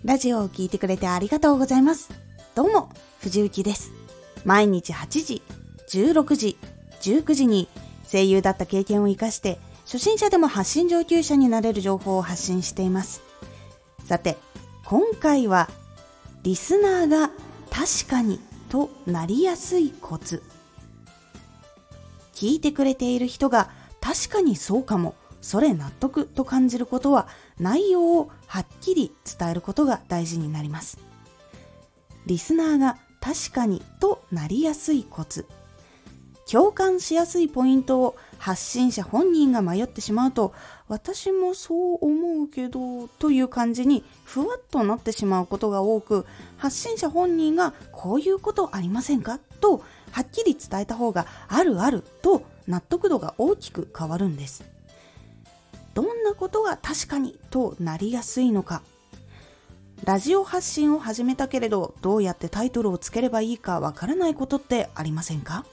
ラジオを聞いてくれてありがとうございます。どうも、藤幸です。毎日8時、16時、19時に声優だった経験を生かして初心者でも発信上級者になれる情報を発信しています。さて、今回はリスナーが確かにとなりやすいコツ。聞いてくれている人が確かにそうかも、それ納得と感じることは内容をはっきり伝えることが大事になります。リスナーが確かにとなりやすいコツ。共感しやすいポイントを発信者本人が迷ってしまうと、私もそう思うけどという感じにふわっとなってしまうことが多く、発信者本人がこういうことありませんかとはっきり伝えた方があるあると納得度が大きく変わるんです。どんなことが確かにとなりやすいのか。ラジオ発信を始めたけれど、どうやってタイトルをつければいいかわからないことってありませんか？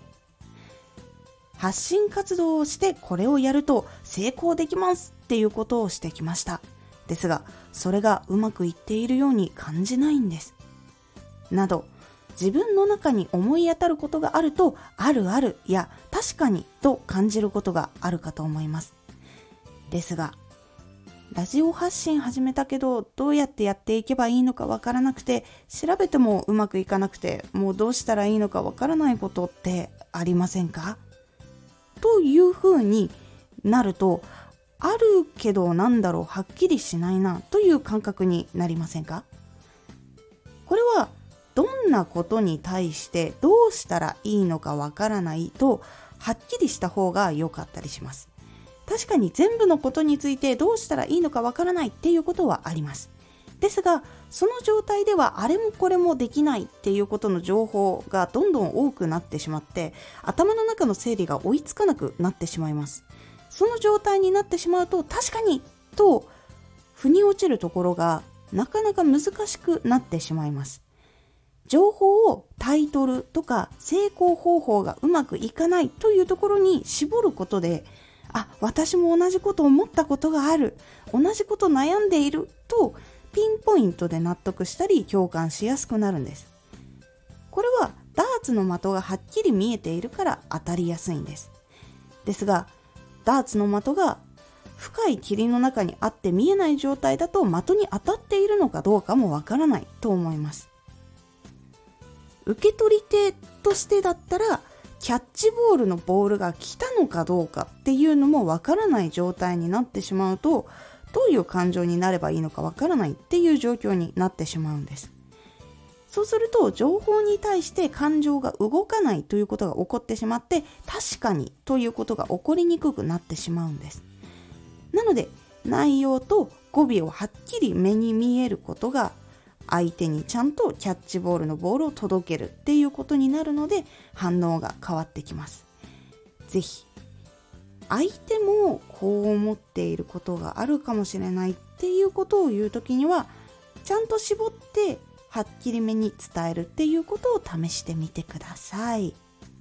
発信活動をしてこれをやると成功できますっていうことをしてきました。ですが、それがうまくいっているように感じないんです。など、自分の中に思い当たることがあると、あるあるや確かにと感じることがあるかと思います。ですが、ラジオ発信始めたけどどうやってやっていけばいいのかわからなくて、調べてもうまくいかなくて、もうどうしたらいいのかわからないことってありませんか？というふうになると、あるけどなんだろう、はっきりしないなという感覚になりませんか？これはどんなことに対してどうしたらいいのかわからないと、はっきりした方が良かったりします。確かに全部のことについてどうしたらいいのかわからないっていうことはあります。ですが、その状態ではあれもこれもできないっていうことの情報がどんどん多くなってしまって、頭の中の整理が追いつかなくなってしまいます。その状態になってしまうと、確かにと腑に落ちるところがなかなか難しくなってしまいます。情報をタイトルとか成功方法がうまくいかないというところに絞ることで、私も同じこと思ったことがある、同じこと悩んでいるとピンポイントで納得したり共感しやすくなるんです。これはダーツの的がはっきり見えているから当たりやすいんです。ですが、ダーツの的が深い霧の中にあって見えない状態だと、的に当たっているのかどうかもわからないと思います。受け取り手としてだったら、キャッチボールのボールが来たのかどうかっていうのもわからない状態になってしまうと、どういう感情になればいいのかわからないっていう状況になってしまうんです。そうすると、情報に対して感情が動かないということが起こってしまって、確かにということが起こりにくくなってしまうんです。なので、内容と語尾をはっきり目に見えることが、相手にちゃんとキャッチボールのボールを届けるっていうことになるので、反応が変わってきます。ぜひ相手もこう思っていることがあるかもしれないっていうことを言うときには、ちゃんと絞ってはっきりめに伝えるっていうことを試してみてください。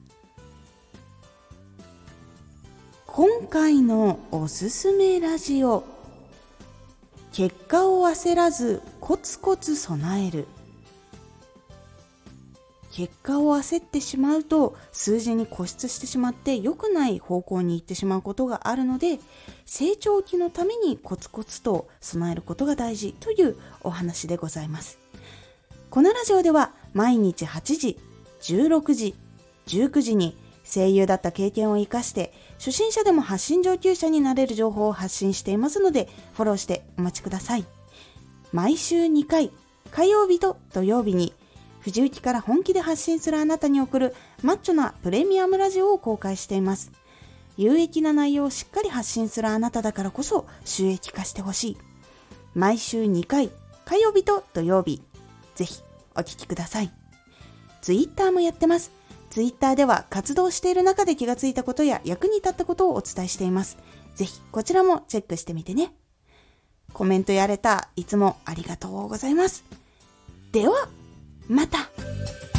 今回のおすすめラジオ、結果を焦らずコツコツ備える。結果を焦ってしまうと数字に固執してしまって良くない方向に行ってしまうことがあるので、成長期のためにコツコツと備えることが大事というお話でございます。このラジオでは毎日8時、16時、19時に声優だった経験を生かして初心者でも発信上級者になれる情報を発信していますので、フォローしてお待ちください。毎週2回、火曜日と土曜日に藤雪から本気で発信するあなたに送るマッチョなプレミアムラジオを公開しています。有益な内容をしっかり発信するあなただからこそ収益化してほしい。毎週2回、火曜日と土曜日、ぜひお聞きください。ツイッターもやってます。ツイッターでは活動している中で気がついたことや役に立ったことをお伝えしています。ぜひこちらもチェックしてみてね。コメントやれた、いつもありがとうございます。ではまた。